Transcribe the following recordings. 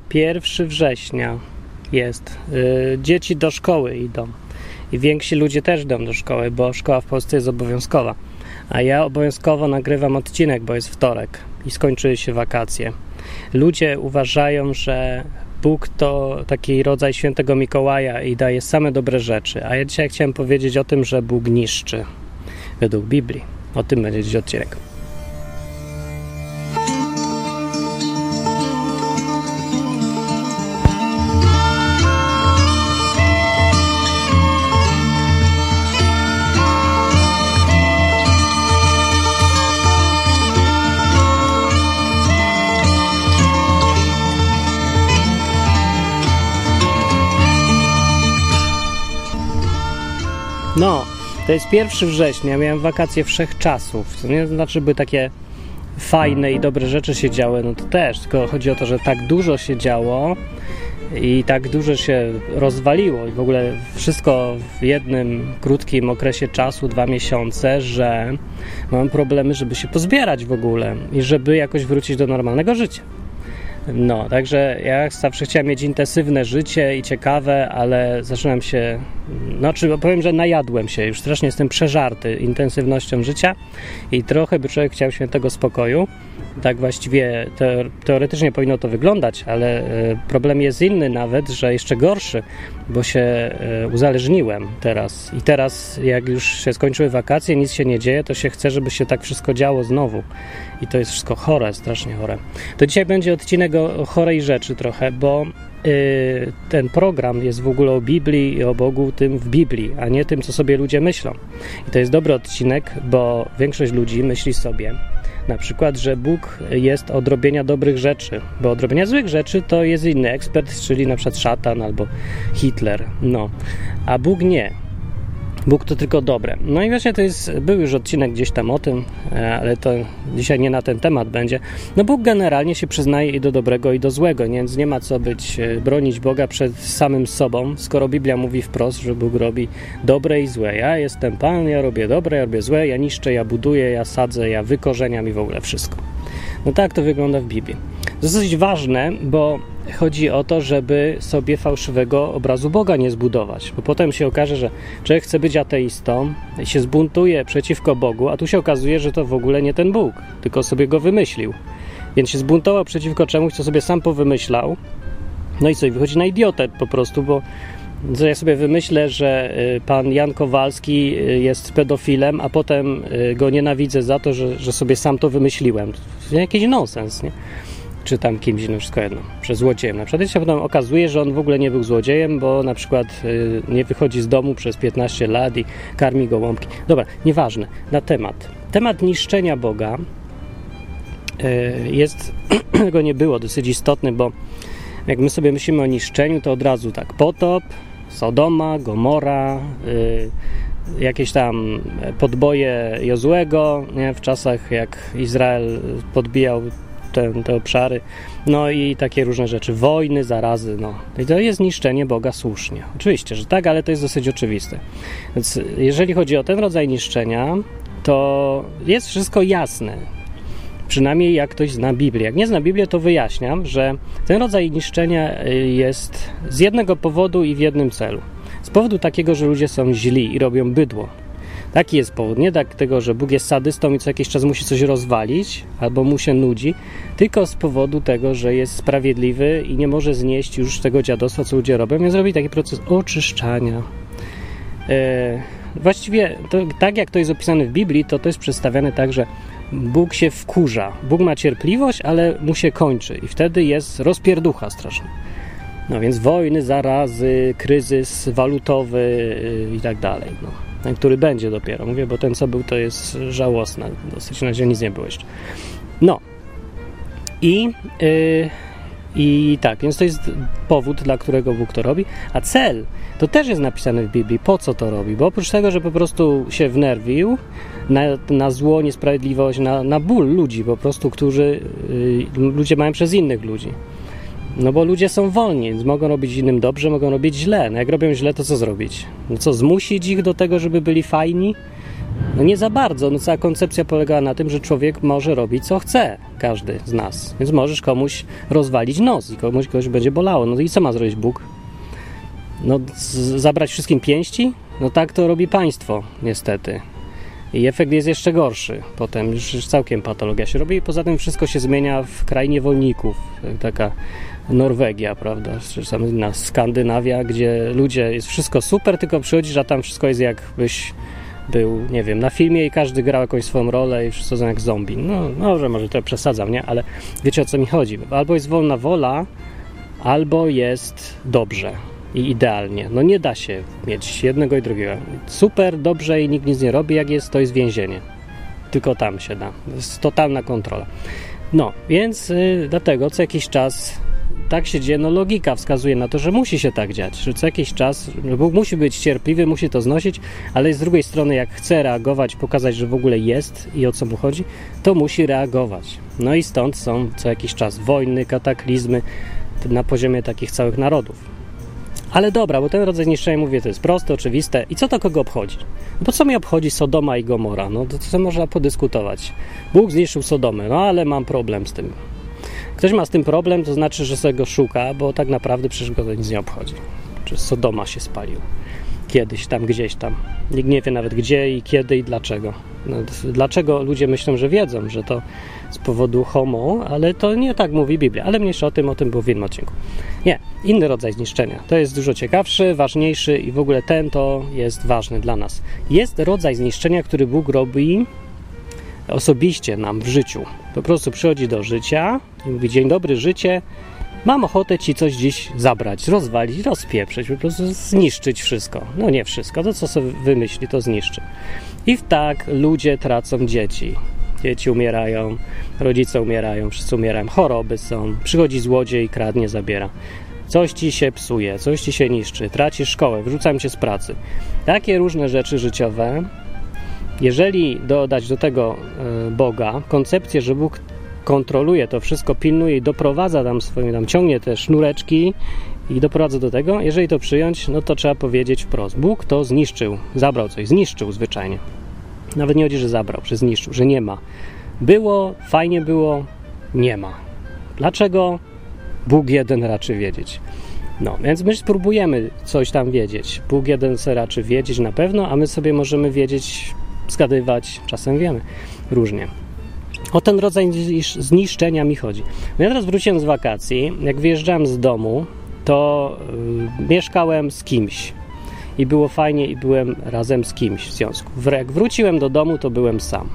1 września jest. Dzieci do szkoły idą. I więksi ludzie też idą do szkoły, bo szkoła w Polsce jest obowiązkowa. A ja obowiązkowo nagrywam odcinek, bo jest wtorek i skończyły się wakacje. Ludzie uważają, że Bóg to taki rodzaj świętego Mikołaja i daje same dobre rzeczy. A ja dzisiaj chciałem powiedzieć o tym, że Bóg niszczy. Według Biblii. O tym będzie dziś odcinek. No, to jest 1 września, miałem wakacje wszechczasów, co nie znaczy, by takie fajne i dobre rzeczy się działy, no to też, tylko chodzi o to, że tak dużo się działo i tak dużo się rozwaliło i w ogóle wszystko w jednym krótkim okresie czasu, 2 miesiące, że mam problemy, żeby się pozbierać w ogóle i żeby jakoś wrócić do normalnego życia. No, także ja zawsze chciałem mieć intensywne życie i ciekawe, ale zaczynam się, powiem, że najadłem się, już strasznie jestem przeżarty intensywnością życia i trochę by człowiek chciał świętego spokoju. Tak właściwie teoretycznie powinno to wyglądać, ale problem jest inny nawet, że jeszcze gorszy, bo się uzależniłem teraz. I teraz, jak już się skończyły wakacje, nic się nie dzieje, to się chce, żeby się tak wszystko działo znowu. I to jest wszystko chore, strasznie chore. To dzisiaj będzie odcinek o chorej rzeczy trochę, bo ten program jest w ogóle o Biblii i o Bogu tym w Biblii, a nie tym, co sobie ludzie myślą. I to jest dobry odcinek, bo większość ludzi myśli sobie na przykład, że Bóg jest od robienia dobrych rzeczy, bo od robienia złych rzeczy to jest inny ekspert, czyli na przykład szatan albo Hitler, a Bóg nie. Bóg to tylko dobre. No i właśnie był już odcinek gdzieś tam o tym, ale to dzisiaj nie na ten temat będzie. No Bóg generalnie się przyznaje i do dobrego, i do złego, więc nie ma co bronić Boga przed samym sobą, skoro Biblia mówi wprost, że Bóg robi dobre i złe. Ja jestem Pan, ja robię dobre, ja robię złe, ja niszczę, ja buduję, ja sadzę, ja wykorzeniam i w ogóle wszystko. No tak to wygląda w Biblii. To jest dosyć ważne, bo chodzi o to, żeby sobie fałszywego obrazu Boga nie zbudować, bo potem się okaże, że człowiek chce być ateistą i się zbuntuje przeciwko Bogu, a tu się okazuje, że to w ogóle nie ten Bóg, tylko sobie go wymyślił. Więc się zbuntował przeciwko czemuś, co sobie sam powymyślał, no i co, i wychodzi na idiotę po prostu, bo ja sobie wymyślę, że pan Jan Kowalski jest pedofilem, a potem go nienawidzę za to, że sobie sam to wymyśliłem. To jest jakiś nonsens, nie? Czy tam kimś innym, wszystko jedno, że złodziejem. Na przykład się potem okazuje, że on w ogóle nie był złodziejem, bo na przykład nie wychodzi z domu przez 15 lat i karmi gołąbki. Dobra, nieważne. Na temat. Temat niszczenia Boga jest, go nie było, dosyć istotny, bo jak my sobie myślimy o niszczeniu, to od razu tak potop, Sodoma, Gomora, jakieś tam podboje Jozłego, nie? W czasach jak Izrael podbijał te obszary, no i takie różne rzeczy, wojny, zarazy, I to jest niszczenie Boga słusznie. Oczywiście, że tak, ale to jest dosyć oczywiste. Więc jeżeli chodzi o ten rodzaj niszczenia, to jest wszystko jasne. Przynajmniej jak ktoś zna Biblię. Jak nie zna Biblię, to wyjaśniam, że ten rodzaj niszczenia jest z jednego powodu i w jednym celu. Z powodu takiego, że ludzie są źli i robią bydło. Taki jest powód. Nie tego, że Bóg jest sadystą i co jakiś czas musi coś rozwalić, albo mu się nudzi, tylko z powodu tego, że jest sprawiedliwy i nie może znieść już tego dziadostwa, co ludzie robią, więc robi taki proces oczyszczania. Właściwie, tak jak to jest opisane w Biblii, to jest przedstawiane tak, że Bóg się wkurza. Bóg ma cierpliwość, ale mu się kończy i wtedy jest rozpierducha straszna. No więc wojny, zarazy, kryzys walutowy i tak dalej. Ten, który będzie dopiero. Mówię, bo ten, co był, to jest żałosne. Dosyć na razie nic nie było jeszcze. I tak, więc to jest powód, dla którego Bóg to robi. A cel, to też jest napisane w Biblii, po co to robi. Bo oprócz tego, że po prostu się wnerwił na zło, niesprawiedliwość, na ból ludzi po prostu, którzy ludzie mają przez innych ludzi. No bo ludzie są wolni, więc mogą robić innym dobrze, mogą robić źle. No jak robią źle, to co zrobić? No co, zmusić ich do tego, żeby byli fajni? No nie za bardzo. No cała koncepcja polegała na tym, że człowiek może robić co chce, każdy z nas. Więc możesz komuś rozwalić nos i kogoś będzie bolało. No i co ma zrobić Bóg? No zabrać wszystkim pięści? No tak to robi państwo, niestety. I efekt jest jeszcze gorszy. Potem już całkiem patologia się robi i poza tym wszystko się zmienia w kraj niewolników. Taka Norwegia, prawda? Czy tam inna Skandynawia, gdzie ludzie, jest wszystko super, tylko przychodzisz, a tam wszystko jest jakbyś był, nie wiem, na filmie i każdy grał jakąś swoją rolę i wszyscy są jak zombie. No może to przesadzam, nie? Ale wiecie, o co mi chodzi. Albo jest wolna wola, albo jest dobrze i idealnie. No nie da się mieć jednego i drugiego. Super, dobrze i nikt nic nie robi, jak jest, to jest więzienie. Tylko tam się da. To jest totalna kontrola. No, więc dlatego co jakiś czas tak się dzieje, no logika wskazuje na to, że musi się tak dziać, że co jakiś czas Bóg musi być cierpliwy, musi to znosić, ale z drugiej strony jak chce reagować, pokazać, że w ogóle jest i o co mu chodzi, to musi reagować. No i stąd są co jakiś czas wojny, kataklizmy na poziomie takich całych narodów. Ale dobra, bo ten rodzaj zniszczenia, mówię, to jest proste, oczywiste. I co to kogo obchodzi? No bo co mnie obchodzi Sodoma i Gomora? No to co można podyskutować? Bóg zniszczył Sodomę, no ale mam problem z tym. Ktoś ma z tym problem, to znaczy, że sobie go szuka, bo tak naprawdę przecież go to nic nie obchodzi. Czy Sodoma się spalił. Kiedyś tam, gdzieś tam. Nikt nie wie nawet gdzie i kiedy i dlaczego. No, dlaczego ludzie myślą, że wiedzą, że to z powodu homo, ale to nie tak mówi Biblia. Ale mniejsza o tym było w innym odcinku. Nie, inny rodzaj zniszczenia. To jest dużo ciekawszy, ważniejszy i w ogóle ten to jest ważny dla nas. Jest rodzaj zniszczenia, który Bóg robi osobiście nam w życiu. Po prostu przychodzi do życia i mówi: dzień dobry, życie, mam ochotę ci coś dziś zabrać, rozwalić, rozpieprzyć, po prostu zniszczyć wszystko. No nie wszystko, to co sobie wymyśli, to zniszczy. I tak ludzie tracą dzieci. Dzieci umierają, rodzice umierają, wszyscy umierają, choroby są, przychodzi złodziej, kradnie, zabiera. Coś ci się psuje, coś ci się niszczy, tracisz szkołę, wyrzucają cię z pracy. Takie różne rzeczy życiowe. Jeżeli dodać do tego Boga koncepcję, że Bóg kontroluje to wszystko, pilnuje i doprowadza ciągnie te sznureczki i doprowadza do tego, jeżeli to przyjąć, no to trzeba powiedzieć wprost: Bóg to zniszczył, zabrał coś, zniszczył zwyczajnie. Nawet nie chodzi, że zabrał, że zniszczył, że nie ma. Było, fajnie było, nie ma. Dlaczego? Bóg jeden raczy wiedzieć. No, więc my spróbujemy coś tam wiedzieć. Bóg jeden se raczy wiedzieć na pewno, a my sobie możemy wiedzieć, zgadywać, czasem wiemy, różnie. O ten rodzaj zniszczenia mi chodzi. No ja teraz wróciłem z wakacji. Jak wyjeżdżałem z domu, to mieszkałem z kimś. I było fajnie i byłem razem z kimś w związku. Jak wróciłem do domu, to byłem sam.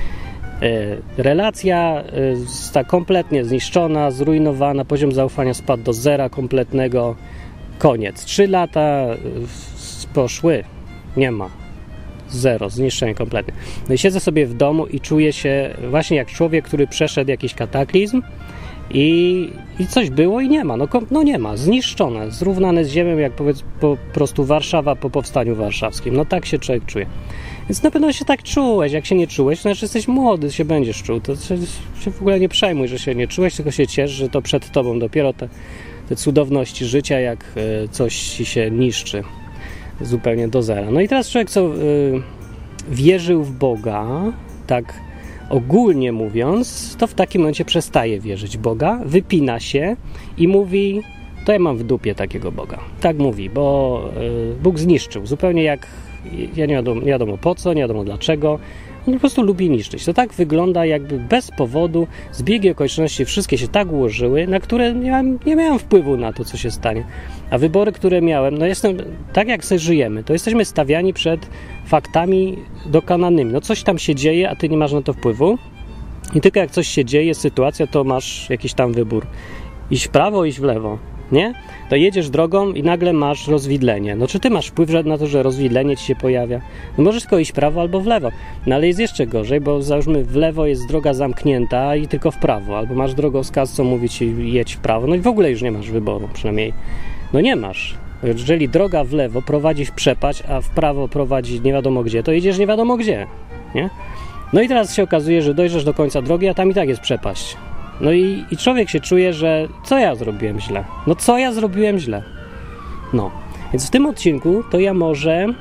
Relacja została kompletnie zniszczona, zrujnowana, poziom zaufania spadł do zera kompletnego. Koniec. 3 lata poszły. Nie ma. Zero, zniszczenie kompletnie. No i siedzę sobie w domu i czuję się właśnie jak człowiek, który przeszedł jakiś kataklizm i coś było i nie ma. No nie ma. Zniszczone, zrównane z ziemią, jak po prostu Warszawa po powstaniu warszawskim. No tak się człowiek czuje. Więc na pewno się tak czułeś. Jak się nie czułeś, to znaczy jesteś młody, się będziesz czuł. To się w ogóle nie przejmuj, że się nie czułeś, tylko się ciesz, że to przed tobą dopiero te cudowności życia, jak coś ci się niszczy zupełnie do zera. No i teraz człowiek, co wierzył w Boga, tak ogólnie mówiąc, to w takim momencie przestaje wierzyć w Boga, wypina się i mówi: to ja mam w dupie takiego Boga. Tak mówi, bo Bóg zniszczył. Zupełnie jak, nie wiadomo po co, nie wiadomo dlaczego. On po prostu lubi niszczyć. To tak wygląda, jakby bez powodu zbiegi okoliczności wszystkie się tak ułożyły, na które nie miałem wpływu na to, co się stanie. A wybory, które miałem, no jestem, tak jak sobie żyjemy, to jesteśmy stawiani przed faktami dokonanymi. No coś tam się dzieje, a ty nie masz na to wpływu. I tylko jak coś się dzieje, sytuacja, to masz jakiś tam wybór. Iść w prawo, iść w lewo. Nie? To jedziesz drogą i nagle masz rozwidlenie. No czy ty masz wpływ na to, że rozwidlenie ci się pojawia? No możesz tylko iść w prawo albo w lewo. No ale jest jeszcze gorzej, bo załóżmy w lewo jest droga zamknięta i tylko w prawo. Albo masz drogowskaz, co mówi ci jedź w prawo. No i w ogóle już nie masz wyboru, przynajmniej. No nie masz. Jeżeli droga w lewo prowadzi w przepaść, a w prawo prowadzi nie wiadomo gdzie, to jedziesz nie wiadomo gdzie. Nie? No i teraz się okazuje, że dojdziesz do końca drogi, a tam i tak jest przepaść. No i człowiek się czuje, że co ja zrobiłem źle? No co ja zrobiłem źle? No, więc w tym odcinku to ja może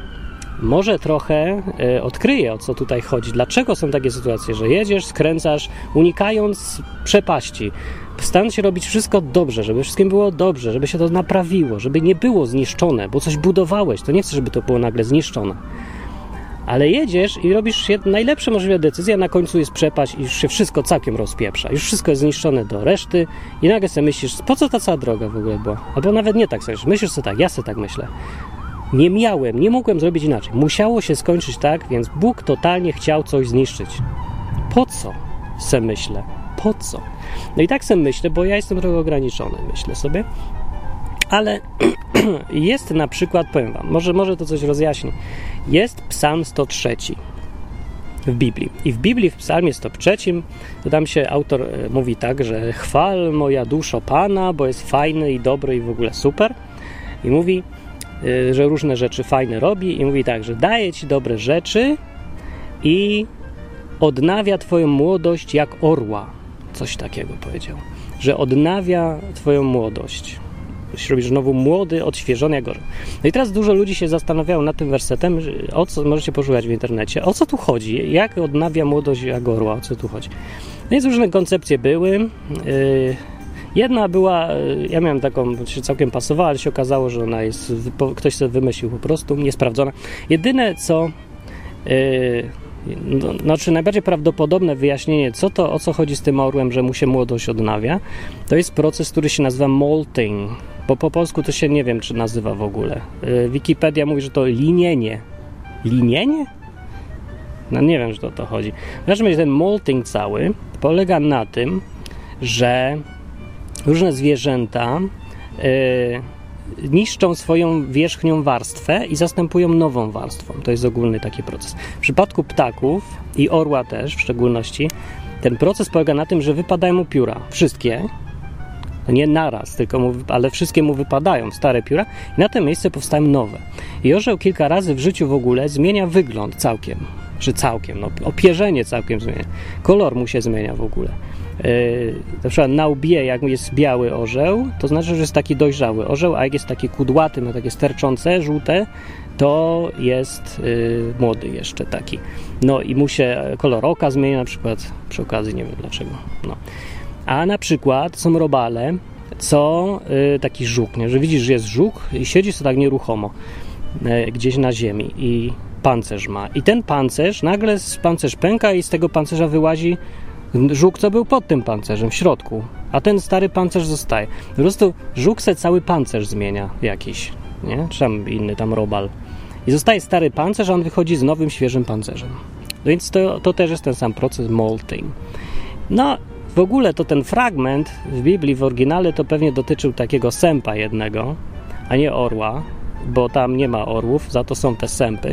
może trochę odkryję, o co tutaj chodzi. Dlaczego są takie sytuacje, że jedziesz, skręcasz, unikając przepaści, starając się robić wszystko dobrze, żeby wszystkim było dobrze, żeby się to naprawiło, żeby nie było zniszczone, bo coś budowałeś, to nie chcesz, żeby to było nagle zniszczone. Ale jedziesz i robisz najlepsze możliwe decyzje, a na końcu jest przepaść i już się wszystko całkiem rozpieprza. Już wszystko jest zniszczone do reszty i nagle sobie myślisz, po co ta cała droga w ogóle była? Albo nawet nie tak sobie myślisz sobie tak, ja sobie tak myślę. Nie mogłem zrobić inaczej. Musiało się skończyć tak, więc Bóg totalnie chciał coś zniszczyć. Po co? Se myślę. Po co? No i tak sobie myślę, bo ja jestem trochę ograniczony, myślę sobie. Ale jest na przykład, powiem wam, może to coś rozjaśni. Jest Psalm 103 w Biblii. I w Biblii, w Psalmie 103, to tam się autor mówi tak, że chwal moja duszo Pana, bo jest fajny i dobry i w ogóle super. I mówi, że różne rzeczy fajne robi i mówi tak, że daje ci dobre rzeczy i odnawia twoją młodość jak orła. Coś takiego powiedział. Że odnawia twoją młodość. Robisz znowu młody, odświeżony jak orzeł. No i teraz dużo ludzi się zastanawiało nad tym wersetem, o co możecie poszukać w internecie, o co tu chodzi, jak odnawia młodość jak orła, o co tu chodzi. No więc różne koncepcje były. Jedna była, ja miałem taką, się całkiem pasowała, ale się okazało, że ona jest, ktoś sobie wymyślił po prostu, niesprawdzona. Jedyne co, znaczy najbardziej prawdopodobne wyjaśnienie, o co chodzi z tym orłem, że mu się młodość odnawia, to jest proces, który się nazywa molting, bo po polsku to się nie wiem, czy nazywa w ogóle. Wikipedia mówi, że to linienie. Linienie? No nie wiem, że o to chodzi. W każdym razie ten molting cały polega na tym, że różne zwierzęta niszczą swoją wierzchnią warstwę i zastępują nową warstwą. To jest ogólny taki proces. W przypadku ptaków i orła też w szczególności ten proces polega na tym, że wypadają mu pióra. Wszystkie. Nie naraz, ale wszystkie mu wypadają, stare pióra i na to miejsce powstają nowe. I orzeł kilka razy w życiu w ogóle zmienia wygląd całkiem. Opierzenie całkiem zmienia. Kolor mu się zmienia w ogóle. Na przykład na łbie, jak jest biały orzeł, to znaczy, że jest taki dojrzały orzeł, a jak jest taki kudłaty, ma takie sterczące, żółte, to jest młody jeszcze taki. No i mu się kolor oka zmienia na przykład, przy okazji, nie wiem dlaczego. No. A na przykład są robale, taki żuk, nie? Że widzisz, że jest żuk i siedzi sobie tak nieruchomo gdzieś na ziemi i pancerz ma. I ten pancerz, nagle pancerz pęka i z tego pancerza wyłazi żuk, co był pod tym pancerzem w środku, a ten stary pancerz zostaje. Po prostu żuk se cały pancerz zmienia jakiś, nie? Czy tam inny tam robal. I zostaje stary pancerz, a on wychodzi z nowym, świeżym pancerzem. No więc to też jest ten sam proces molting. No, w ogóle to ten fragment w Biblii, w oryginale, to pewnie dotyczył takiego sępa jednego, a nie orła, bo tam nie ma orłów, za to są te sępy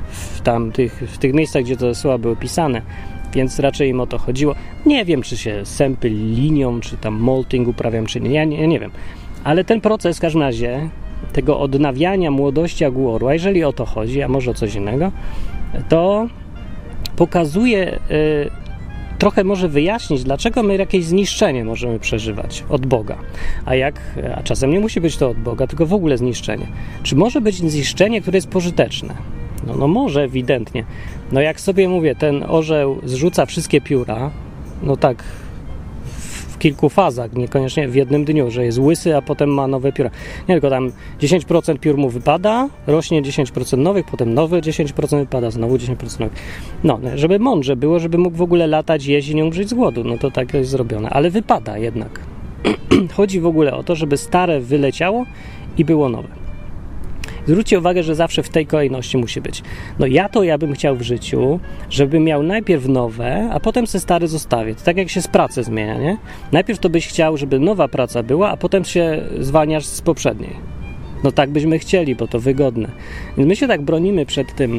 w tych miejscach, gdzie te słowa były pisane, więc raczej im o to chodziło. Nie wiem, czy się sępy linią, czy tam molting uprawiam, czy nie, ja nie wiem. Ale ten proces w każdym razie tego odnawiania młodości jak u orła, jeżeli o to chodzi, a może o coś innego, to pokazuje, trochę może wyjaśnić, dlaczego my jakieś zniszczenie możemy przeżywać od Boga. A czasem nie musi być to od Boga, tylko w ogóle zniszczenie. Czy może być zniszczenie, które jest pożyteczne? No może, ewidentnie. No jak sobie mówię, ten orzeł zrzuca wszystkie pióra, no tak w kilku fazach, niekoniecznie w jednym dniu, że jest łysy, a potem ma nowe pióra. Nie, tylko tam 10% piór mu wypada, rośnie 10% nowych, potem nowe 10% wypada, znowu 10% nowych. No, żeby mądrze było, żeby mógł w ogóle latać, jeździć i nie umrzeć z głodu. No to tak jest zrobione, ale wypada jednak. Chodzi w ogóle o to, żeby stare wyleciało i było nowe. Zwróćcie uwagę, że zawsze w tej kolejności musi być. No ja bym chciał w życiu, żebym miał najpierw nowe, a potem se stare zostawię. To tak jak się z pracy zmienia, nie? Najpierw to byś chciał, żeby nowa praca była, a potem się zwalniasz z poprzedniej. No tak byśmy chcieli, bo to wygodne. Więc my się tak bronimy przed tym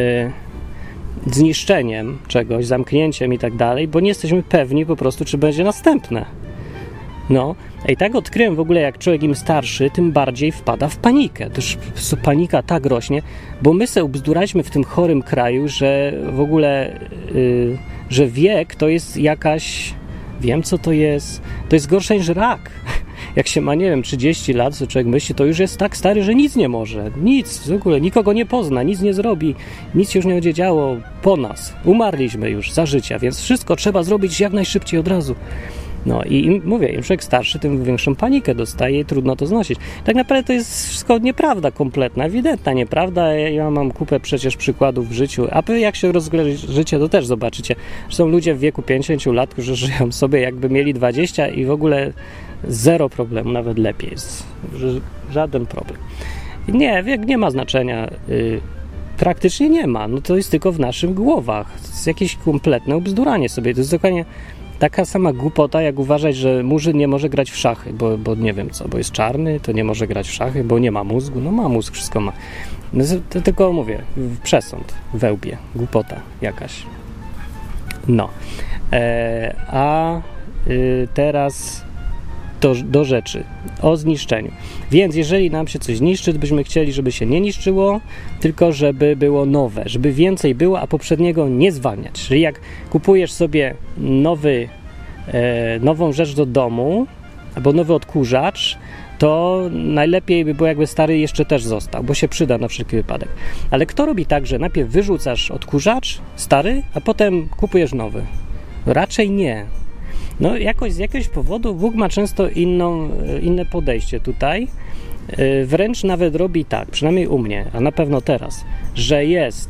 zniszczeniem czegoś, zamknięciem i tak dalej, bo nie jesteśmy pewni po prostu, czy będzie następne. No, i tak odkryłem w ogóle, jak człowiek im starszy, tym bardziej wpada w panikę. Też panika tak rośnie, bo my se ubzduraliśmy w tym chorym kraju, że w ogóle, że wiek to jest jakaś wiem co to jest. To jest gorsze niż rak. Jak się ma, nie wiem, 30 lat, to człowiek myśli, to już jest tak stary, że nic nie może. Nic, w ogóle nikogo nie pozna, nic nie zrobi, nic się już nie będzie działo po nas. Umarliśmy już za życia, więc wszystko trzeba zrobić jak najszybciej od razu. No i mówię, im człowiek starszy, tym większą panikę dostaje i trudno to znosić. Tak naprawdę to jest wszystko nieprawda kompletna, ewidentna nieprawda. Ja mam kupę przecież przykładów w życiu, a wy jak się rozgląda życie, to też zobaczycie. Że są ludzie w wieku 50 lat, którzy żyją sobie jakby mieli 20 i w ogóle zero problemu, nawet lepiej jest. Żaden problem. Nie, wiek nie ma znaczenia. Praktycznie nie ma. No to jest tylko w naszych głowach. To jest jakieś kompletne ubzduranie sobie. To jest dokładnie taka sama głupota, jak uważać, że Murzyn nie może grać w szachy, bo nie wiem co, bo jest czarny, to nie może grać w szachy, bo nie ma mózgu. No ma mózg, wszystko ma. No, to tylko mówię, przesąd, wełbie, głupota jakaś. No. Teraz do rzeczy, o zniszczeniu. Więc jeżeli nam się coś niszczy, to byśmy chcieli, żeby się nie niszczyło, tylko żeby było nowe, żeby więcej było, a poprzedniego nie zwalniać. Czyli jak kupujesz sobie nową rzecz do domu, albo nowy odkurzacz, to najlepiej by było, jakby stary jeszcze też został, bo się przyda na wszelki wypadek. Ale kto robi tak, że najpierw wyrzucasz odkurzacz stary, a potem kupujesz nowy? Raczej nie. No jakoś z jakiegoś powodu Bóg ma często inne podejście tutaj. Wręcz nawet robi tak, przynajmniej u mnie, a na pewno teraz, że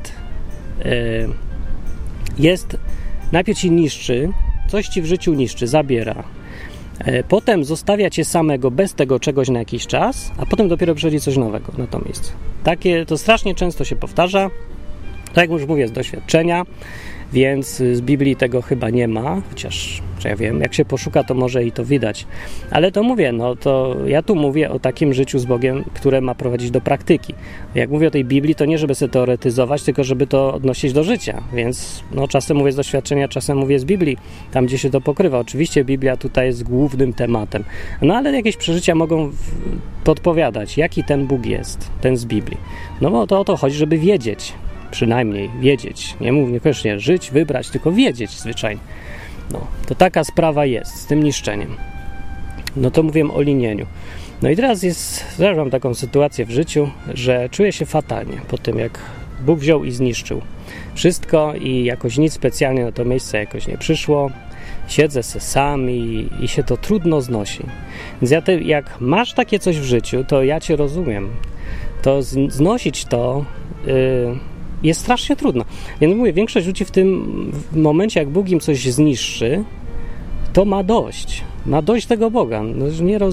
najpierw ci niszczy, coś ci w życiu niszczy, zabiera. Potem zostawia cię samego bez tego czegoś na jakiś czas, a potem dopiero przychodzi coś nowego na to miejsce. Takie to strasznie często się powtarza. Tak jak już mówię, z doświadczenia, więc z Biblii tego chyba nie ma, chociaż ja wiem, jak się poszuka, to może i to widać. Ale to mówię, no to ja tu mówię o takim życiu z Bogiem, które ma prowadzić do praktyki. Jak mówię o tej Biblii, to nie żeby sobie teoretyzować, tylko żeby to odnosić do życia. Więc no, czasem mówię z doświadczenia, czasem mówię z Biblii, tam gdzie się to pokrywa. Oczywiście Biblia tutaj jest głównym tematem. No ale jakieś przeżycia mogą podpowiadać, jaki ten Bóg jest, ten z Biblii. No bo to o to chodzi, żeby wiedzieć. Przynajmniej wiedzieć. Nie mówię niekoniecznie żyć, wybrać, tylko wiedzieć zwyczajnie. No, to taka sprawa jest z tym niszczeniem. No to mówiłem o linieniu. No i teraz mam taką sytuację w życiu, że czuję się fatalnie po tym, jak Bóg wziął i zniszczył wszystko i jakoś nic specjalnie na to miejsce jakoś nie przyszło. Siedzę se sam i się to trudno znosi. Więc jak masz takie coś w życiu, to ja cię rozumiem. To znosić to jest strasznie trudno. Więc mówię, większość ludzi w tym momencie, jak Bóg im coś zniszczy, to ma dość. Ma dość tego Boga. No,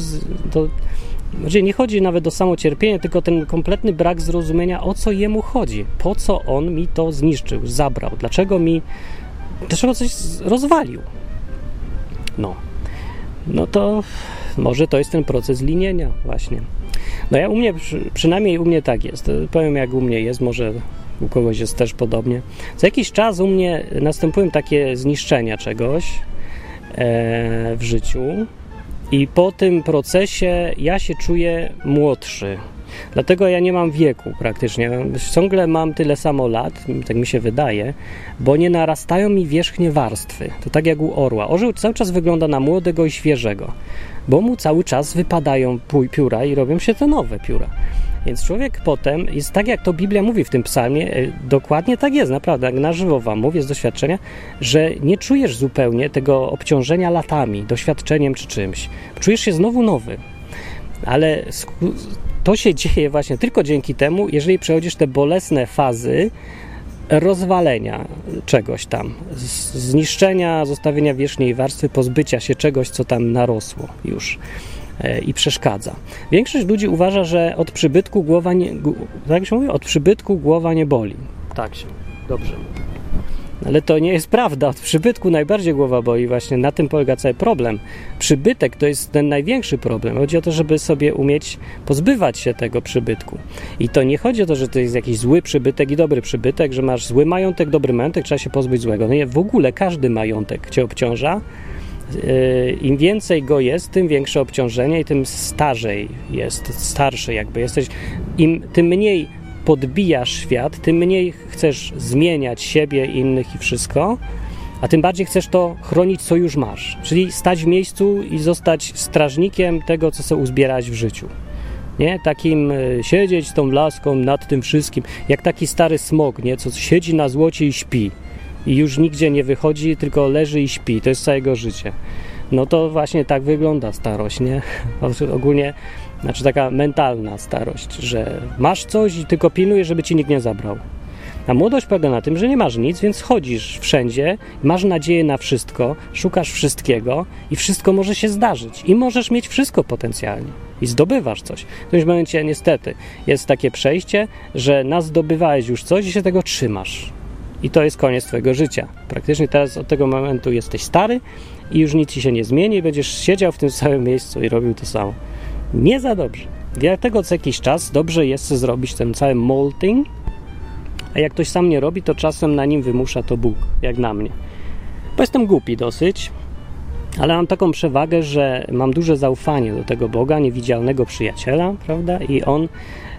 nie chodzi nawet o samo cierpienie, tylko ten kompletny brak zrozumienia, o co Jemu chodzi. Po co On mi to zniszczył, zabrał? Dlaczego coś rozwalił? No to może to jest ten proces linienia właśnie. No ja przynajmniej u mnie tak jest. Powiem, jak u mnie jest, może u kogoś jest też podobnie. Co jakiś czas u mnie następują takie zniszczenia czegoś w życiu i po tym procesie ja się czuję młodszy. Dlatego ja nie mam wieku praktycznie. Ciągle mam tyle samo lat, tak mi się wydaje, bo nie narastają mi wierzchnie warstwy. To tak jak u orła. Orzeł cały czas wygląda na młodego i świeżego, bo mu cały czas wypadają pióra i robią się te nowe pióra. Więc człowiek potem jest tak, jak to Biblia mówi w tym psalmie, dokładnie tak jest, naprawdę, jak na żywo wam mówię z doświadczenia, że nie czujesz zupełnie tego obciążenia latami, doświadczeniem czy czymś. Czujesz się znowu nowy. Ale to się dzieje właśnie tylko dzięki temu, jeżeli przechodzisz te bolesne fazy rozwalenia czegoś tam, zniszczenia, zostawienia wierzchniej warstwy, pozbycia się czegoś, co tam narosło już i przeszkadza. Większość ludzi uważa, że od przybytku głowa nie boli. Tak się dobrze mówi. Ale to nie jest prawda. Od przybytku najbardziej głowa boli. Właśnie na tym polega cały problem. Przybytek to jest ten największy problem. Chodzi o to, żeby sobie umieć pozbywać się tego przybytku. I to nie chodzi o to, że to jest jakiś zły przybytek i dobry przybytek, że masz zły majątek, dobry majątek, trzeba się pozbyć złego. No nie, w ogóle każdy majątek cię obciąża. Im więcej go jest, tym większe obciążenie i tym starszy jakby jesteś. Tym mniej podbijasz świat, tym mniej chcesz zmieniać siebie, innych i wszystko, A tym bardziej chcesz to chronić, co już masz. Czyli stać w miejscu i zostać strażnikiem tego, co sobie uzbierać w życiu. Nie? Takim siedzieć z tą laską nad tym wszystkim. Jak taki stary smok, nie? Co siedzi na złocie i śpi. I już nigdzie nie wychodzi, tylko leży i śpi. To jest całe jego życie. No to właśnie tak wygląda starość, nie? Ogólnie, znaczy taka mentalna starość, że masz coś i tylko pilnujesz, żeby ci nikt nie zabrał. A młodość polega na tym, że nie masz nic, więc chodzisz wszędzie, masz nadzieję na wszystko, szukasz wszystkiego i wszystko może się zdarzyć. I możesz mieć wszystko potencjalnie. I zdobywasz coś. W którymś momencie niestety jest takie przejście, że zdobywałeś już coś i się tego trzymasz. I to jest koniec twojego życia. Praktycznie teraz od tego momentu jesteś stary i już nic ci się nie zmieni i będziesz siedział w tym samym miejscu i robił to samo. Nie za dobrze. Dlatego co jakiś czas dobrze jest zrobić ten cały molting, a jak ktoś sam nie robi, to czasem na nim wymusza to Bóg, jak na mnie. Bo jestem głupi dosyć, ale mam taką przewagę, że mam duże zaufanie do tego Boga, niewidzialnego przyjaciela, prawda? I On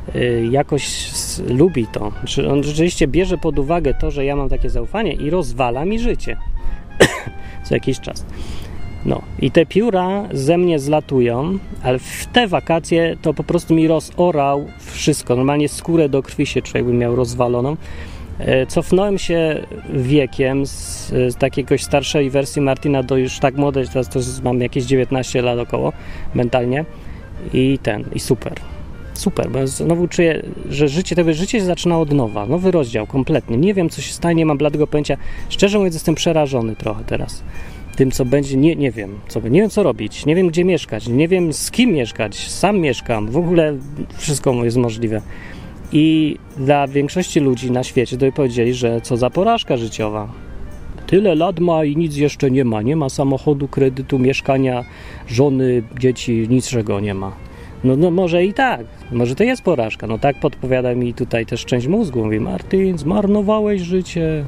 jakoś lubi to. On rzeczywiście bierze pod uwagę to, że ja mam takie zaufanie i rozwala mi życie co jakiś czas. No i te pióra ze mnie zlatują, ale w te wakacje to po prostu mi rozorał wszystko. Normalnie skórę do krwi się człowiek by miał rozwaloną. Cofnąłem się wiekiem z takiej starszej wersji Martina do już tak młodej, teraz to mam jakieś 19 lat około mentalnie i super, bo znowu czuję, że życie się zaczyna od nowa, nowy rozdział kompletnie. Nie wiem, co się stanie, nie mam bladego pojęcia. Szczerze mówiąc, jestem przerażony trochę teraz tym, co będzie. Nie wiem, co robić, nie wiem, gdzie mieszkać, nie wiem, z kim mieszkać, sam mieszkam, w ogóle wszystko jest możliwe. I dla większości ludzi na świecie to by powiedzieli, że co za porażka życiowa. Tyle lat ma i nic jeszcze nie ma. Nie ma samochodu, kredytu, mieszkania, żony, dzieci, niczego nie ma. No może i tak, może to jest porażka. No tak podpowiada mi tutaj też część mózgu. Mówi: Martin, zmarnowałeś życie.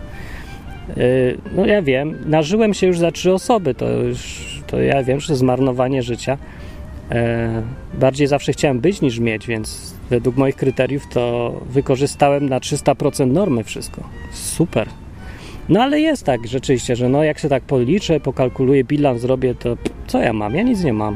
No ja wiem, nażyłem się już za 3 osoby, to ja wiem, że to zmarnowanie życia. Bardziej zawsze chciałem być niż mieć, więc według moich kryteriów to wykorzystałem na 300% normy wszystko. Super. No ale jest tak rzeczywiście, że no jak się tak policzę, pokalkuluję, bilans zrobię, to co ja mam? Ja nic nie mam.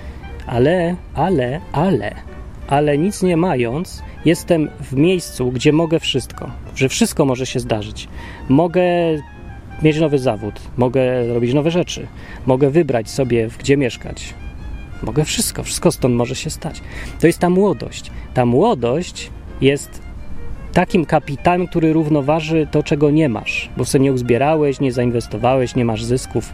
Ale nic nie mając, jestem w miejscu, gdzie mogę wszystko, że wszystko może się zdarzyć. Mogę mieć nowy zawód, mogę robić nowe rzeczy, mogę wybrać sobie, gdzie mieszkać. Mogę wszystko stąd może się stać. To jest ta młodość. Ta młodość jest takim kapitałem, który równoważy to, czego nie masz, bo sobie nie uzbierałeś, nie zainwestowałeś, nie masz zysków.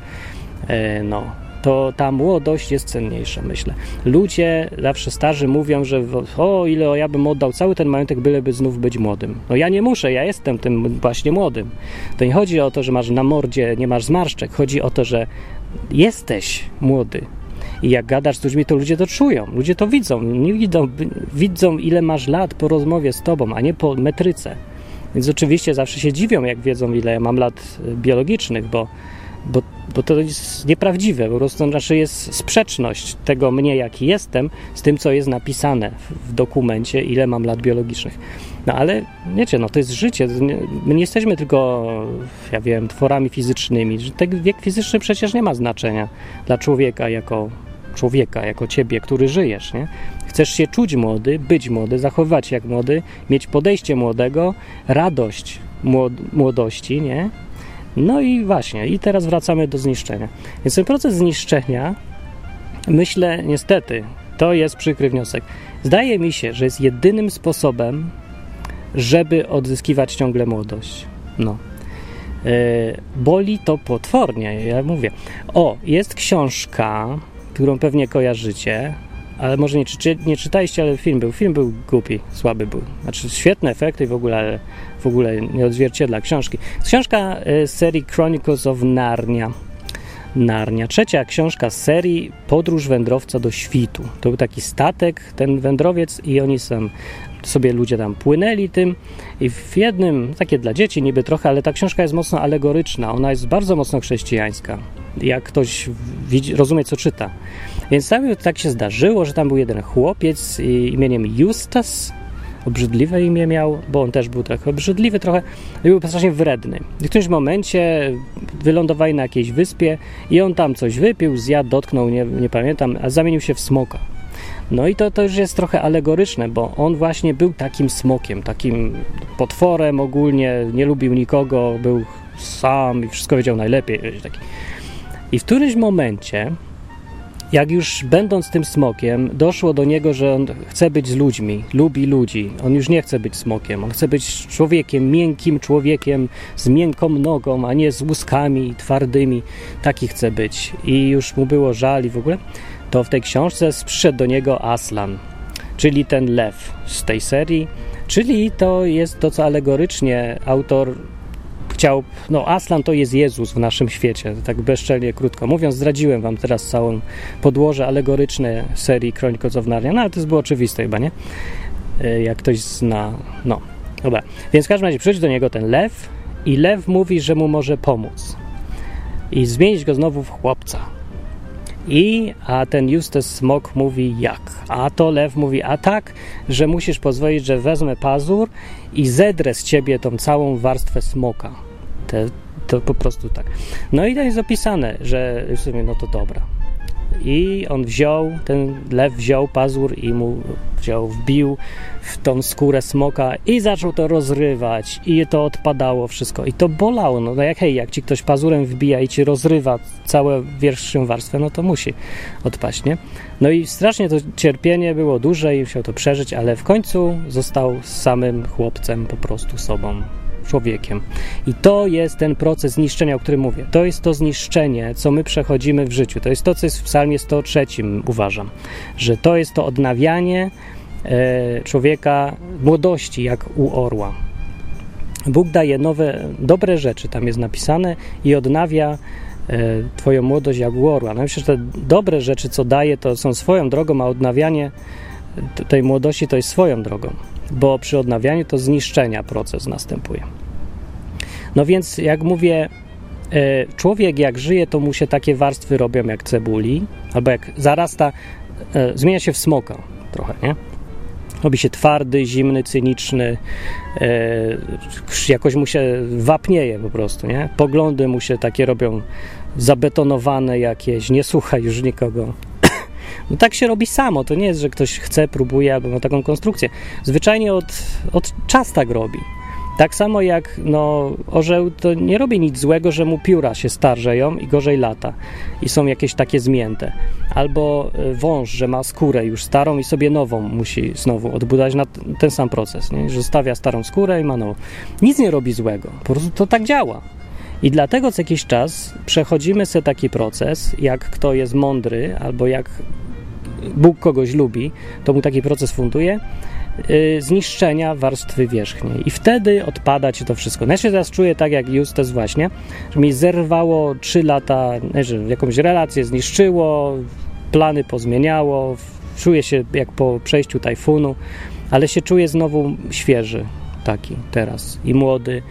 To ta młodość jest cenniejsza, myślę. Ludzie zawsze starzy mówią, że ile ja bym oddał cały ten majątek, byleby znów być młodym. No ja nie muszę, ja jestem tym właśnie młodym. To nie chodzi o to, że masz na mordzie, nie masz zmarszczek. Chodzi o to, że jesteś młody. I jak gadasz z ludźmi, to ludzie to czują. Ludzie to widzą. Nie widzą, ile masz lat po rozmowie z tobą, a nie po metryce. Więc oczywiście zawsze się dziwią, jak wiedzą, ile ja mam lat biologicznych, bo to jest nieprawdziwe, po prostu znaczy jest sprzeczność tego mnie, jaki jestem, z tym, co jest napisane w dokumencie, ile mam lat biologicznych. No ale wiecie, to jest życie. My nie jesteśmy tylko, tworami fizycznymi. Ten wiek fizyczny przecież nie ma znaczenia dla człowieka jako ciebie, który żyjesz, nie? Chcesz się czuć młody, być młody, zachowywać się jak młody, mieć podejście młodego, radość młodości, nie? No i właśnie, i teraz wracamy do zniszczenia. Więc ten proces zniszczenia, myślę, niestety, to jest przykry wniosek. Zdaje mi się, że jest jedynym sposobem, żeby odzyskiwać ciągle młodość. Boli to potwornie, ja mówię. Jest książka, którą pewnie kojarzycie, ale może nie czytaliście, ale film był głupi, słaby był. Znaczy świetne efekty w ogóle nie odzwierciedla książki. Książka z serii Chronicles of Narnia. 3. książka z serii Podróż wędrowca do świtu. To był taki statek, ten wędrowiec i oni sobie ludzie tam płynęli tym i w jednym, takie dla dzieci niby trochę, ale ta książka jest mocno alegoryczna, ona jest bardzo mocno chrześcijańska, jak ktoś rozumie, co czyta. Więc tak się zdarzyło, że tam był jeden chłopiec imieniem Eustace, obrzydliwe imię miał, bo on też był trochę obrzydliwy trochę i był strasznie wredny. W którymś momencie wylądowali na jakiejś wyspie i on tam coś wypił, zjadł, dotknął, nie pamiętam, a zamienił się w smoka. No i to już jest trochę alegoryczne, bo on właśnie był takim smokiem, takim potworem ogólnie, nie lubił nikogo, był sam i wszystko wiedział najlepiej. I w którymś momencie, jak już będąc tym smokiem, doszło do niego, że on chce być z ludźmi, lubi ludzi. On już nie chce być smokiem, on chce być człowiekiem, miękkim człowiekiem, z miękką nogą, a nie z łuskami twardymi. Taki chce być. I już mu było żal i w ogóle. To w tej książce przyszedł do niego Aslan, czyli ten lew z tej serii, czyli to jest to, co alegorycznie autor chciał, Aslan to jest Jezus w naszym świecie, tak bezczelnie krótko mówiąc. Zdradziłem wam teraz całą podłoże alegoryczne serii Chronicles of Narnia, ale to jest było oczywiste chyba, nie? Jak ktoś zna, dobra. Więc w każdym razie przychodzi do niego ten lew i lew mówi, że mu może pomóc i zmienić go znowu w chłopca. A ten Eustace Smok mówi jak? A to lew mówi, a tak, że musisz pozwolić, że wezmę pazur i zedrę z ciebie tą całą warstwę smoka. To po prostu tak. No i to jest opisane, że w sumie to dobra. I on ten lew wziął pazur i mu wbił w tą skórę smoka i zaczął to rozrywać i to odpadało wszystko i to bolało, jak ci ktoś pazurem wbija i ci rozrywa całą wierzchnią warstwę, to musi odpaść, nie? No i strasznie to cierpienie było duże i musiał to przeżyć, ale w końcu został samym chłopcem, po prostu sobą, człowiekiem. I to jest ten proces zniszczenia, o którym mówię. To jest to zniszczenie, co my przechodzimy w życiu. To jest to, co jest w psalmie 103, uważam. Że to jest to odnawianie człowieka młodości, jak u orła. Bóg daje nowe, dobre rzeczy, tam jest napisane, i odnawia twoją młodość jak u orła. No myślę, że te dobre rzeczy, co daje, to są swoją drogą, a odnawianie tej młodości to jest swoją drogą. Bo przy odnawianiu to zniszczenia proces następuje. No więc jak mówię, człowiek jak żyje, to mu się takie warstwy robią jak cebuli, albo jak zarasta, zmienia się w smoka trochę, nie? Robi się twardy, zimny, cyniczny, jakoś mu się wapnieje po prostu, nie? Poglądy mu się takie robią zabetonowane jakieś, nie słucha już nikogo. No tak się robi samo, to nie jest, że ktoś chce, próbuje albo ma taką konstrukcję. Zwyczajnie od czas tak robi. Tak samo jak orzeł to nie robi nic złego, że mu pióra się starzeją i gorzej lata i są jakieś takie zmięte. Albo wąż, że ma skórę już starą i sobie nową musi znowu odbudować na ten sam proces, nie? Że zostawia starą skórę i ma nową. Nic nie robi złego, po prostu to tak działa. I dlatego co jakiś czas przechodzimy sobie taki proces, jak kto jest mądry, albo jak Bóg kogoś lubi, to mu taki proces funduje, zniszczenia warstwy wierzchniej. I wtedy odpada ci to wszystko. Ja się teraz czuję tak jak Eustace właśnie, że mi zerwało 3 lata, że jakąś relację zniszczyło, plany pozmieniało, czuję się jak po przejściu tajfunu, ale się czuję znowu świeży taki teraz i młody.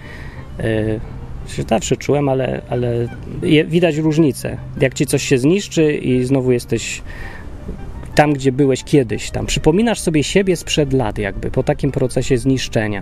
Się zawsze czułem, ale widać różnicę. Jak ci coś się zniszczy i znowu jesteś tam, gdzie byłeś kiedyś, tam przypominasz sobie siebie sprzed lat jakby, po takim procesie zniszczenia,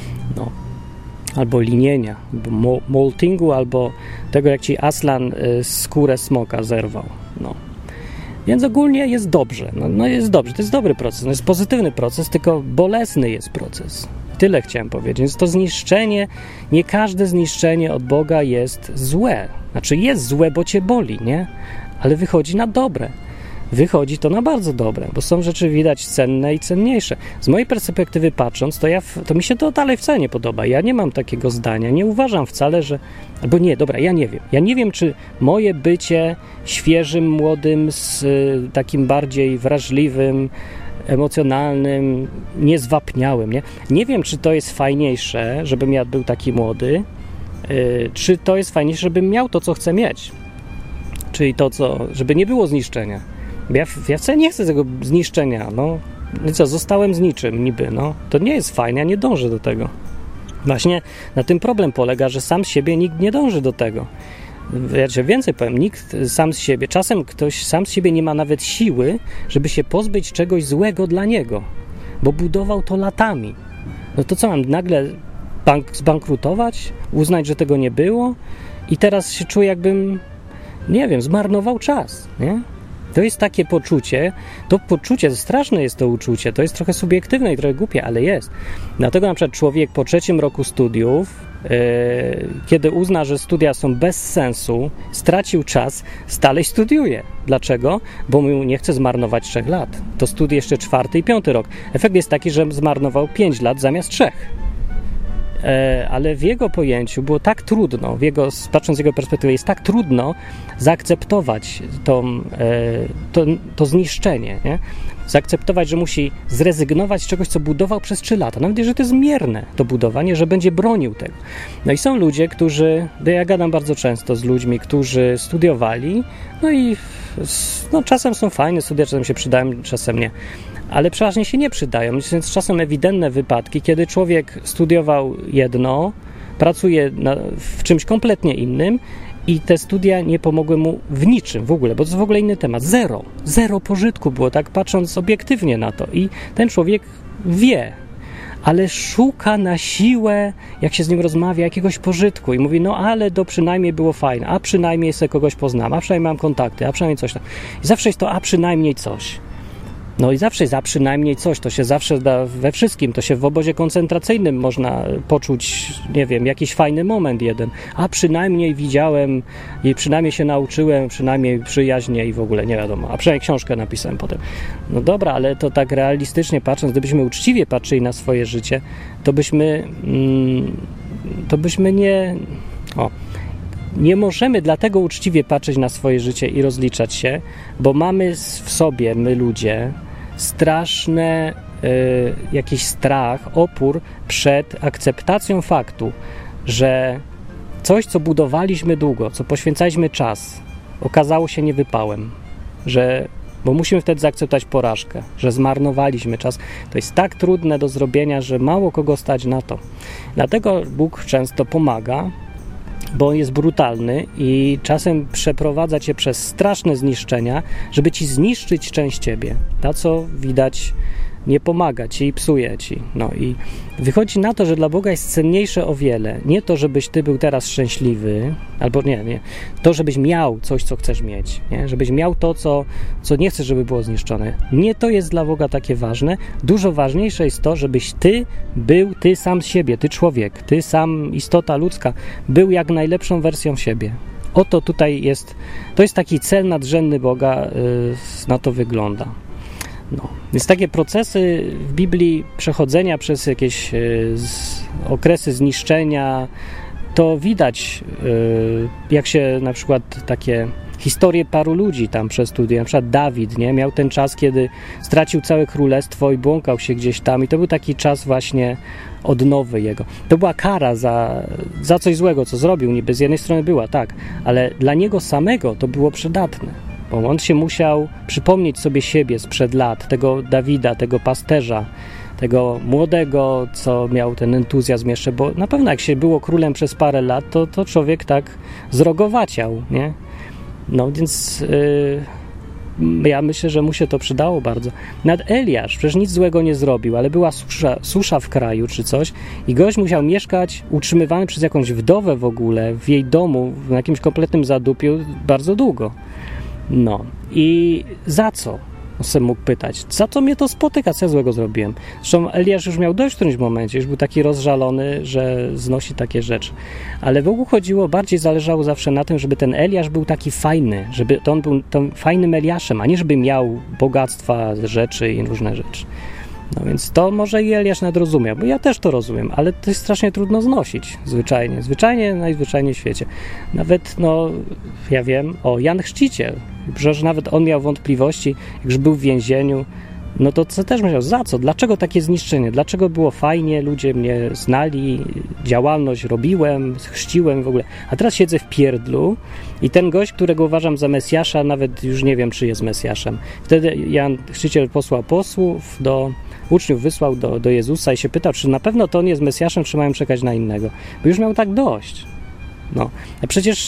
albo linienia, albo moltingu, albo tego, jak ci Aslan skórę smoka zerwał, Więc ogólnie jest dobrze, jest dobrze, to jest dobry proces, jest pozytywny proces, tylko bolesny jest proces. Tyle chciałem powiedzieć, więc to zniszczenie, nie każde zniszczenie od Boga jest złe, jest złe, bo cię boli, nie? Ale wychodzi na dobre. Wychodzi to na bardzo dobre, bo są rzeczy widać cenne i cenniejsze. Z mojej perspektywy patrząc, to mi się to dalej wcale nie podoba. Ja nie mam takiego zdania, nie uważam wcale, że... Albo nie, dobra, ja nie wiem. Ja nie wiem, czy moje bycie świeżym, młodym, z takim bardziej wrażliwym, emocjonalnym, niezwapniałym, nie? Nie wiem, czy to jest fajniejsze, żebym ja był taki młody, czy to jest fajniejsze, żebym miał to, co chcę mieć. Czyli to, żeby nie było zniszczenia. Ja wcale nie chcę tego zniszczenia, zostałem z niczym niby, to nie jest fajne, ja nie dążę do tego. Właśnie na tym problem polega, że sam z siebie nikt nie dąży do tego. Ja więcej powiem, nikt sam z siebie, czasem ktoś sam z siebie nie ma nawet siły, żeby się pozbyć czegoś złego dla niego. bo budował to latami. No to co, mam nagle zbankrutować? Uznać, że tego nie było? I teraz się czuję, jakbym, nie wiem, zmarnował czas, nie? To jest takie poczucie, straszne jest to uczucie, to jest trochę subiektywne i trochę głupie, ale jest. Dlatego na przykład człowiek po 3. roku studiów, kiedy uzna, że studia są bez sensu, stracił czas, dalej studiuje. Dlaczego? Bo mu nie chce zmarnować 3 lat. To studia jeszcze 4. i 5. rok. Efekt jest taki, że zmarnował 5 lat zamiast 3. Ale w jego pojęciu było tak trudno, patrząc z jego perspektywy, jest tak trudno zaakceptować to zniszczenie, nie? Zaakceptować, że musi zrezygnować z czegoś, co budował przez 3 lata. Nawet jeżeli to jest mierne, to budowanie, że będzie bronił tego. No i są ludzie, ja gadam bardzo często z ludźmi, którzy studiowali, no i czasem są fajne studia, czasem się przydają, czasem nie. Ale przeważnie się nie przydają, więc czasem ewidentne wypadki, kiedy człowiek studiował jedno, pracuje w czymś kompletnie innym i te studia nie pomogły mu w niczym w ogóle, bo to jest w ogóle inny temat. Zero pożytku było, tak patrząc obiektywnie na to. I ten człowiek wie, ale szuka na siłę, jak się z nim rozmawia, jakiegoś pożytku i mówi, no ale to przynajmniej było fajne, a przynajmniej sobie kogoś poznam, a przynajmniej mam kontakty, a przynajmniej coś tam. I zawsze jest to, a przynajmniej coś. No i zawsze jest a przynajmniej coś, to się zawsze da we wszystkim, to się w obozie koncentracyjnym można poczuć, nie wiem, jakiś fajny moment jeden, a przynajmniej widziałem i przynajmniej się nauczyłem, przynajmniej przyjaźnie i w ogóle nie wiadomo, a przynajmniej książkę napisałem potem. No dobra, ale to tak realistycznie patrząc, gdybyśmy uczciwie patrzyli na swoje życie, to byśmy nie możemy dlatego uczciwie patrzeć na swoje życie i rozliczać się, bo mamy w sobie, my ludzie, straszny jakiś strach, opór przed akceptacją faktu, że coś, co budowaliśmy długo, co poświęcaliśmy czas, okazało się niewypałem, bo musimy wtedy zaakceptować porażkę, że zmarnowaliśmy czas. To jest tak trudne do zrobienia, że mało kogo stać na to. Dlatego Bóg często pomaga, bo jest brutalny i czasem przeprowadza cię przez straszne zniszczenia, żeby ci zniszczyć część ciebie. Ta, co widać, nie pomaga ci i psuje ci. No i wychodzi na to, że dla Boga jest cenniejsze o wiele. Nie to, żebyś ty był teraz szczęśliwy, albo nie. To, żebyś miał coś, co chcesz mieć. Nie? Żebyś miał to, co nie chcesz, żeby było zniszczone. Nie to jest dla Boga takie ważne. Dużo ważniejsze jest to, żebyś ty sam z siebie, ty człowiek, ty sam istota ludzka, był jak najlepszą wersją siebie. Oto tutaj to jest taki cel nadrzędny Boga, na to wygląda. No. Więc takie procesy w Biblii przechodzenia przez jakieś okresy zniszczenia, to widać, jak się na przykład takie historie paru ludzi tam przestuduje. Na przykład Dawid, nie? Miał ten czas, kiedy stracił całe królestwo i błąkał się gdzieś tam i to był taki czas właśnie odnowy jego. To była kara za coś złego, co zrobił. Niby z jednej strony była, tak, ale dla niego samego to było przydatne. Bo on się musiał przypomnieć sobie siebie sprzed lat, tego Dawida, tego pasterza, tego młodego, co miał ten entuzjazm jeszcze, bo na pewno jak się było królem przez parę lat, to człowiek tak zrogowaciał, nie? No więc ja myślę, że mu się to przydało bardzo. Nawet Eliasz przecież nic złego nie zrobił, ale była susza w kraju czy coś i gość musiał mieszkać utrzymywany przez jakąś wdowę w ogóle w jej domu, w jakimś kompletnym zadupiu bardzo długo. No i za co? On mógł pytać, za co mnie to spotyka, co ja złego zrobiłem? Zresztą Eliasz już miał dość w którymś momencie, już był taki rozżalony, że znosi takie rzeczy. Ale w ogóle zależało zawsze na tym, żeby ten Eliasz był taki fajny, żeby on był tym fajnym Eliaszem, a nie żeby miał bogactwa, rzeczy i różne rzeczy. No więc to może i Eliasz nadrozumiał, bo ja też to rozumiem, ale to jest strasznie trudno znosić zwyczajnie, najzwyczajniej w świecie. Nawet, ja wiem, Jan Chrzciciel, przecież nawet on miał wątpliwości, jak już był w więzieniu, no to co też myślał, za co? Dlaczego takie zniszczenie? Dlaczego było fajnie, ludzie mnie znali, działalność robiłem, chrzciłem w ogóle, a teraz siedzę w pierdlu i ten gość, którego uważam za Mesjasza, nawet już nie wiem, czy jest Mesjaszem. Wtedy Jan Chrzciciel posłał uczniów wysłał do Jezusa i się pytał, czy na pewno to on jest Mesjaszem, czy mają czekać na innego. Bo już miał tak dość. No, a przecież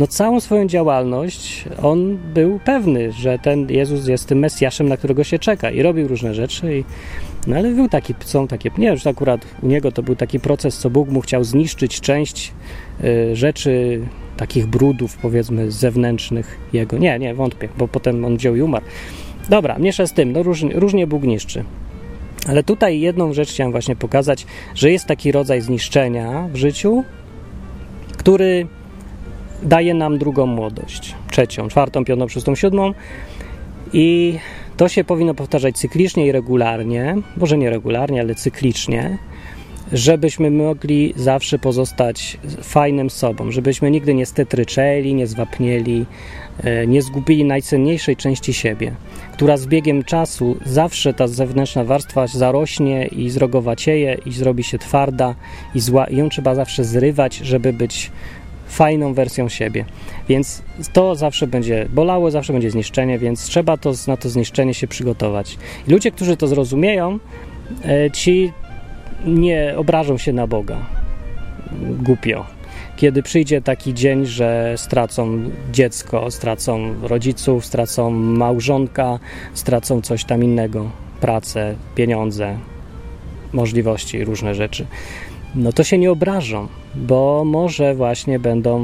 no całą swoją działalność on był pewny, że ten Jezus jest tym Mesjaszem, na którego się czeka i robił różne rzeczy, no ale są takie, nie wiem, że akurat u niego to był taki proces, co Bóg mu chciał zniszczyć część rzeczy, takich brudów, powiedzmy, zewnętrznych jego. Nie, wątpię, bo potem on wziął i umarł. Dobra, mniejsza z tym, no różnie Bóg niszczy. Ale tutaj jedną rzecz chciałem właśnie pokazać, że jest taki rodzaj zniszczenia w życiu, który daje nam drugą młodość, trzecią, czwartą, piątą, szóstą, siódmą i to się powinno powtarzać cyklicznie i regularnie, może nie regularnie, ale cyklicznie, żebyśmy mogli zawsze pozostać fajnym sobą, żebyśmy nigdy nie stetryczeli, nie zwapnieli, nie zgubili najcenniejszej części siebie, która z biegiem czasu zawsze ta zewnętrzna warstwa zarośnie i zrogowacieje i zrobi się twarda i zła i ją trzeba zawsze zrywać, żeby być fajną wersją siebie. Więc to zawsze będzie bolało, zawsze będzie zniszczenie, więc trzeba na to zniszczenie się przygotować. I ludzie, którzy to zrozumieją, ci nie obrażą się na Boga głupio. Kiedy przyjdzie taki dzień, że stracą dziecko, stracą rodziców, stracą małżonka, stracą coś tam innego, pracę, pieniądze, możliwości, różne rzeczy, no to się nie obrażą, bo może właśnie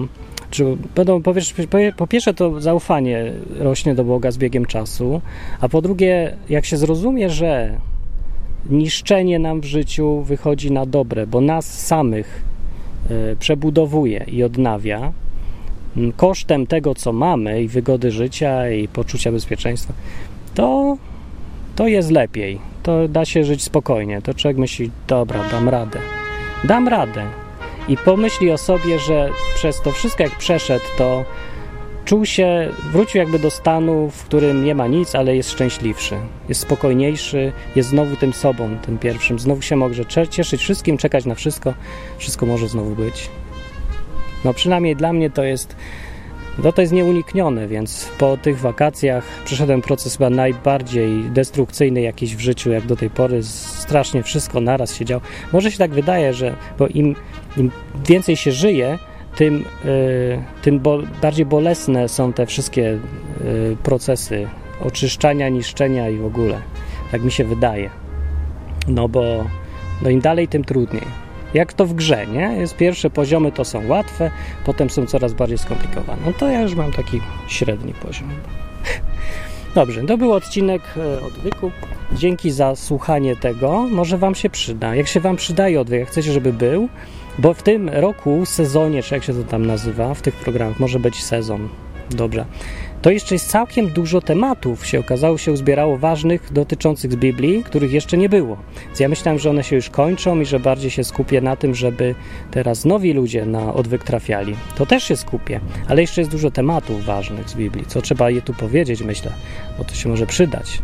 po pierwsze to zaufanie rośnie do Boga z biegiem czasu, a po drugie, jak się zrozumie, że niszczenie nam w życiu wychodzi na dobre, bo nas samych przebudowuje i odnawia kosztem tego, co mamy i wygody życia i poczucia bezpieczeństwa, to jest lepiej. To da się żyć spokojnie. To człowiek myśli, dobra, dam radę. I pomyśli o sobie, że przez to wszystko jak przeszedł, to wrócił jakby do stanu, w którym nie ma nic, ale jest szczęśliwszy, jest spokojniejszy, jest znowu tym sobą, tym pierwszym, znowu się może cieszyć wszystkim, czekać na wszystko może znowu być. No przynajmniej dla mnie to jest nieuniknione, więc po tych wakacjach przeszedłem proces chyba najbardziej destrukcyjny jakiś w życiu, jak do tej pory, strasznie wszystko naraz się działo. Może się tak wydaje, że bo im więcej się żyje, tym bardziej bolesne są te wszystkie procesy oczyszczania, niszczenia i w ogóle. Tak mi się wydaje. No bo im dalej, tym trudniej. Jak to w grze, nie? Jest pierwsze poziomy, to są łatwe, potem są coraz bardziej skomplikowane. No to ja już mam taki średni poziom. Dobrze, to był odcinek odwyku. Dzięki za słuchanie tego. Może wam się przyda. Jak się wam przydaje odwyk, jak chcecie, żeby był, bo w tym roku, sezonie, czy jak się to tam nazywa, w tych programach, może być sezon, dobrze, to jeszcze jest całkiem dużo tematów, się okazało, się uzbierało ważnych, dotyczących z Biblii, których jeszcze nie było. Więc ja myślałem, że one się już kończą i że bardziej się skupię na tym, żeby teraz nowi ludzie na odwyk trafiali. To też się skupię, ale jeszcze jest dużo tematów ważnych z Biblii, co trzeba je tu powiedzieć, myślę, bo to się może przydać.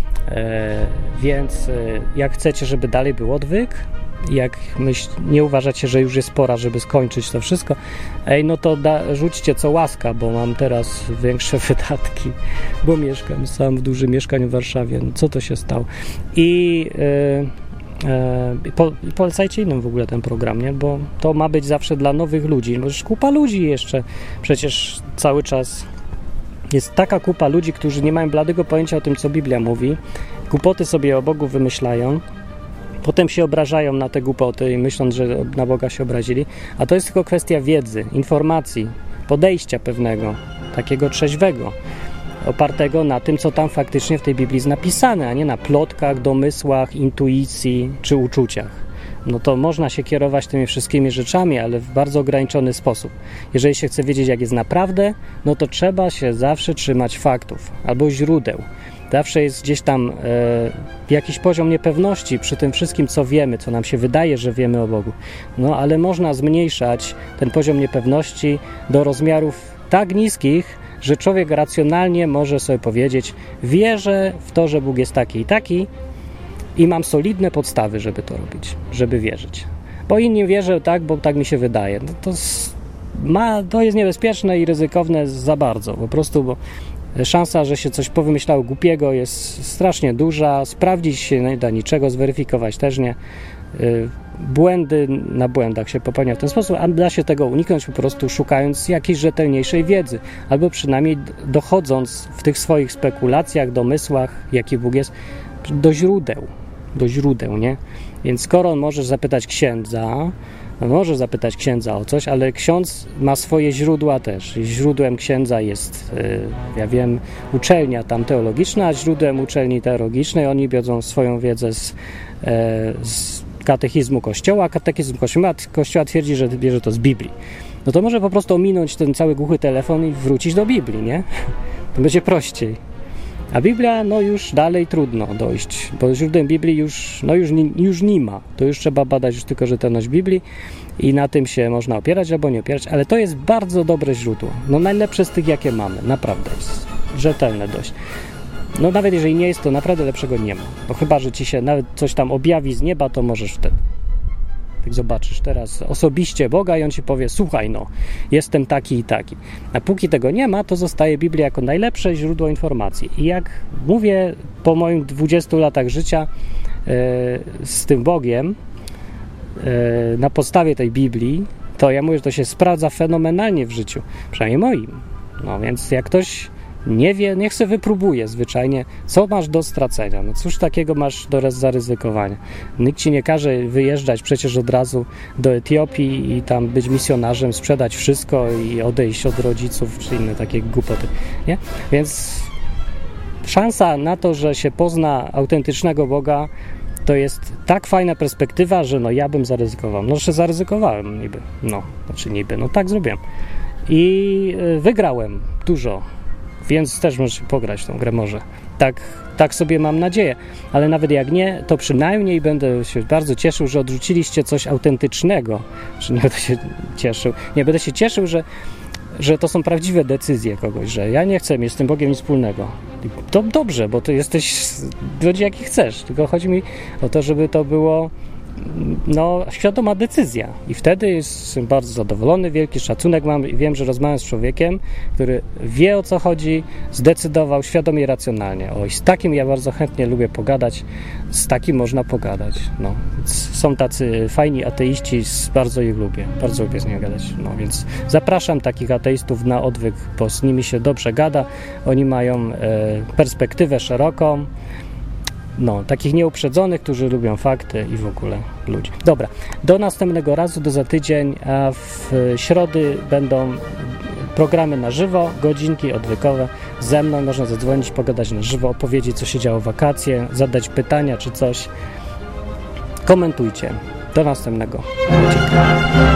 Więc jak chcecie, żeby dalej był odwyk, jak nie uważacie, że już jest pora, żeby skończyć to wszystko, no to rzućcie co łaska, bo mam teraz większe wydatki, bo mieszkam sam w dużym mieszkaniu w Warszawie. No, co to się stało? I polecajcie innym w ogóle ten program, nie? Bo to ma być zawsze dla nowych ludzi. Może kupa ludzi jeszcze przecież cały czas jest taka kupa ludzi, którzy nie mają bladego pojęcia o tym, co Biblia mówi. Głupoty sobie o Bogu wymyślają. Potem się obrażają na te głupoty i myśląc, że na Boga się obrazili. A to jest tylko kwestia wiedzy, informacji, podejścia pewnego, takiego trzeźwego, opartego na tym, co tam faktycznie w tej Biblii jest napisane, a nie na plotkach, domysłach, intuicji czy uczuciach. No to można się kierować tymi wszystkimi rzeczami, ale w bardzo ograniczony sposób. Jeżeli się chce wiedzieć, jak jest naprawdę, no to trzeba się zawsze trzymać faktów albo źródeł. Zawsze jest gdzieś tam jakiś poziom niepewności przy tym wszystkim, co wiemy, co nam się wydaje, że wiemy o Bogu. No ale można zmniejszać ten poziom niepewności do rozmiarów tak niskich, że człowiek racjonalnie może sobie powiedzieć: wierzę w to, że Bóg jest taki i taki i mam solidne podstawy, żeby to robić, żeby wierzyć. Bo inni wierzę tak, bo tak mi się wydaje. No to jest niebezpieczne i ryzykowne za bardzo, po prostu, bo szansa, że się coś powymyślało głupiego, jest strasznie duża. Sprawdzić się nie da niczego, zweryfikować też nie. błędy na błędach się popełnia w ten sposób, a da się tego uniknąć po prostu szukając jakiejś rzetelniejszej wiedzy, albo przynajmniej dochodząc w tych swoich spekulacjach, domysłach, jaki Bóg jest, do źródeł, nie? Więc skoro możesz zapytać księdza, może zapytać księdza o coś, ale ksiądz ma swoje źródła też. Źródłem księdza jest, ja wiem, uczelnia tam teologiczna, a źródłem uczelni teologicznej oni biorą swoją wiedzę z katechizmu Kościoła, a katechizm Kościoła twierdzi, że bierze to z Biblii. No to może po prostu ominąć ten cały głuchy telefon i wrócić do Biblii, nie? To będzie prościej. A Biblia, no już dalej trudno dojść, bo źródłem Biblii już nie ma. To już trzeba badać już tylko rzetelność Biblii i na tym się można opierać albo nie opierać, ale to jest bardzo dobre źródło. No najlepsze z tych, jakie mamy. Naprawdę jest rzetelne dość. No nawet jeżeli nie jest, to naprawdę lepszego nie ma. No chyba, że ci się nawet coś tam objawi z nieba, to możesz wtedy. Tak zobaczysz teraz osobiście Boga i on ci powie, słuchaj, no, jestem taki i taki. A póki tego nie ma, to zostaje Biblia jako najlepsze źródło informacji. I jak mówię po moim 20 latach życia z tym Bogiem, na podstawie tej Biblii, to ja mówię, że to się sprawdza fenomenalnie w życiu. Przynajmniej moim. No więc jak ktoś nie wie, niech se wypróbuje zwyczajnie, co masz do stracenia. No cóż takiego masz do zaryzykowania. Nikt ci nie każe wyjeżdżać przecież od razu do Etiopii i tam być misjonarzem, sprzedać wszystko i odejść od rodziców, czy inne takie głupoty, nie? Więc szansa na to, że się pozna autentycznego Boga, to jest tak fajna perspektywa, że no ja bym zaryzykował. No jeszcze zaryzykowałem niby. No tak zrobiłem. I wygrałem dużo. Więc też możesz pograć w tą grę może. Tak sobie mam nadzieję. Ale nawet jak nie, to przynajmniej będę się bardzo cieszył, że odrzuciliście coś autentycznego. Że nie będę się cieszył. Nie, będę się cieszył, że to są prawdziwe decyzje kogoś, że ja nie chcę mieć z tym Bogiem nic wspólnego. To dobrze, bo ty jesteś ludzi jaki chcesz. Tylko chodzi mi o to, żeby to było świadoma decyzja. I wtedy jestem bardzo zadowolony, wielki szacunek mam i wiem, że rozmawiam z człowiekiem, który wie, o co chodzi, zdecydował świadomie i racjonalnie. Z takim ja bardzo chętnie lubię pogadać, z takim można pogadać. No. Są tacy fajni ateiści, bardzo ich lubię, bardzo lubię z nimi gadać. No, więc zapraszam takich ateistów na odwyk, bo z nimi się dobrze gada, oni mają perspektywę szeroką, takich nieuprzedzonych, którzy lubią fakty i w ogóle ludzi. Dobra, do następnego razu, do za tydzień, a w środy będą programy na żywo, godzinki odwykowe ze mną, można zadzwonić, pogadać na żywo, opowiedzieć, co się działo w wakacje, zadać pytania czy coś. Komentujcie. Do następnego. Dziękuję.